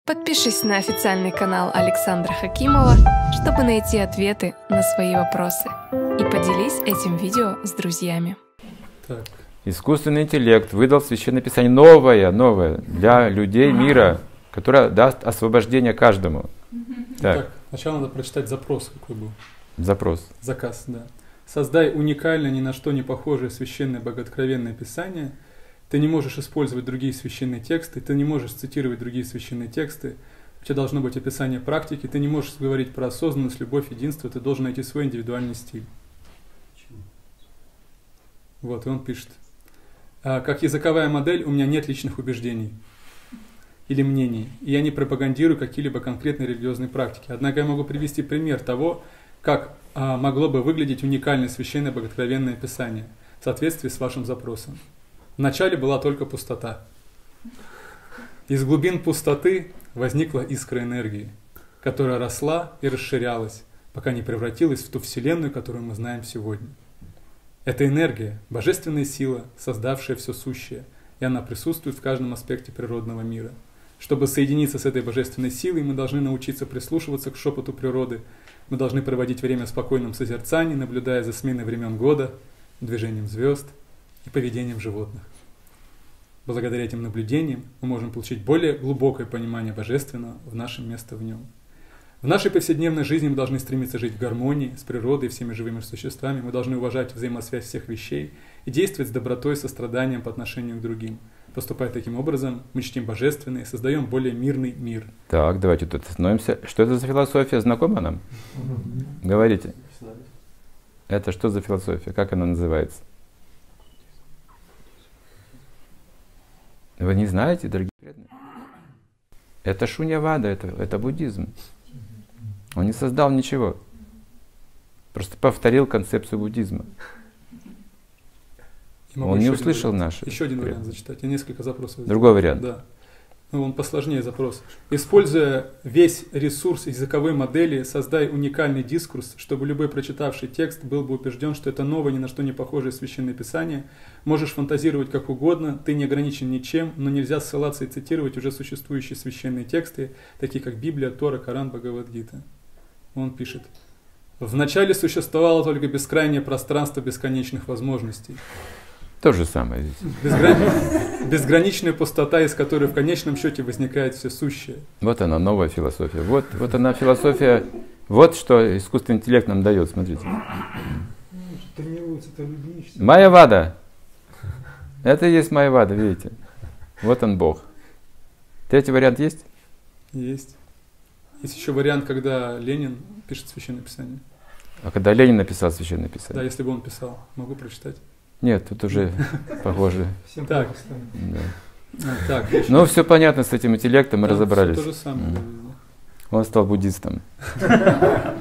Подпишись на официальный канал Александра Хакимова, чтобы найти ответы на свои вопросы. И поделись этим видео с друзьями. Так. Искусственный интеллект выдал Священное Писание новое для людей мира, которое даст освобождение каждому. Так, сначала надо прочитать запрос, какой был. Запрос. Заказ, да. Создай уникальное, ни на что не похожее священное богооткровенное Писание. Ты не можешь использовать другие священные тексты, ты не можешь цитировать другие священные тексты. У тебя должно быть описание практики, ты не можешь говорить про осознанность, любовь, единство, ты должен найти свой индивидуальный стиль. Вот, и он пишет. Как языковая модель у меня нет личных убеждений или мнений, и я не пропагандирую какие-либо конкретные религиозные практики. Однако я могу привести пример того, как могло бы выглядеть уникальное священное богооткровенное Писание в соответствии с вашим запросом. Вначале была только пустота. Из глубин пустоты возникла искра энергии, которая росла и расширялась, пока не превратилась в ту вселенную, которую мы знаем сегодня. Это энергия, божественная сила, создавшая все сущее, и она присутствует в каждом аспекте природного мира. Чтобы соединиться с этой божественной силой, мы должны научиться прислушиваться к шепоту природы, мы должны проводить время в спокойном созерцании, наблюдая за сменой времен года, движением звезд и поведением животных. Благодаря этим наблюдениям мы можем получить более глубокое понимание Божественного в нашем месте в нем. В нашей повседневной жизни мы должны стремиться жить в гармонии с природой и всеми живыми существами, мы должны уважать взаимосвязь всех вещей и действовать с добротой и состраданием по отношению к другим. Поступая таким образом, мы чтим Божественное и создаем более мирный мир. Так, давайте тут остановимся. Что это за философия? Знакома нам? Говорите. Это что за философия? Как она называется? Вы не знаете, дорогие преданные? Это шуньявада, это буддизм. Он не создал ничего. Просто повторил концепцию буддизма. Он не услышал наши. Еще один вариант зачитать. Я несколько запросов. Другой вариант. Да. Ну, он посложнее запрос. Используя весь ресурс языковой модели, создай уникальный дискурс, чтобы любой прочитавший текст был бы убежден, что это новое, ни на что не похожее священное писание. Можешь фантазировать как угодно, ты не ограничен ничем, но нельзя ссылаться и цитировать уже существующие священные тексты, такие как Библия, Тора, Коран, Бхагавад-гита. Он пишет. Вначале существовало только бескрайнее пространство бесконечных возможностей. То же самое здесь. Безграничная пустота, из которой в конечном счете возникает все сущее. Вот она, новая философия. Вот она философия. Вот что искусственный интеллект нам дает, смотрите. Майявада. Это и есть Майявада, видите. Вот он Бог. Третий вариант есть? Есть. Есть еще вариант, когда Ленин пишет Священное Писание. А когда Ленин написал Священное Писание? Да, если бы он писал. Могу прочитать? Нет, тут уже похоже. Так. Так. Ну, все понятно с этим интеллектом, мы разобрались. То же самое. Он стал буддистом.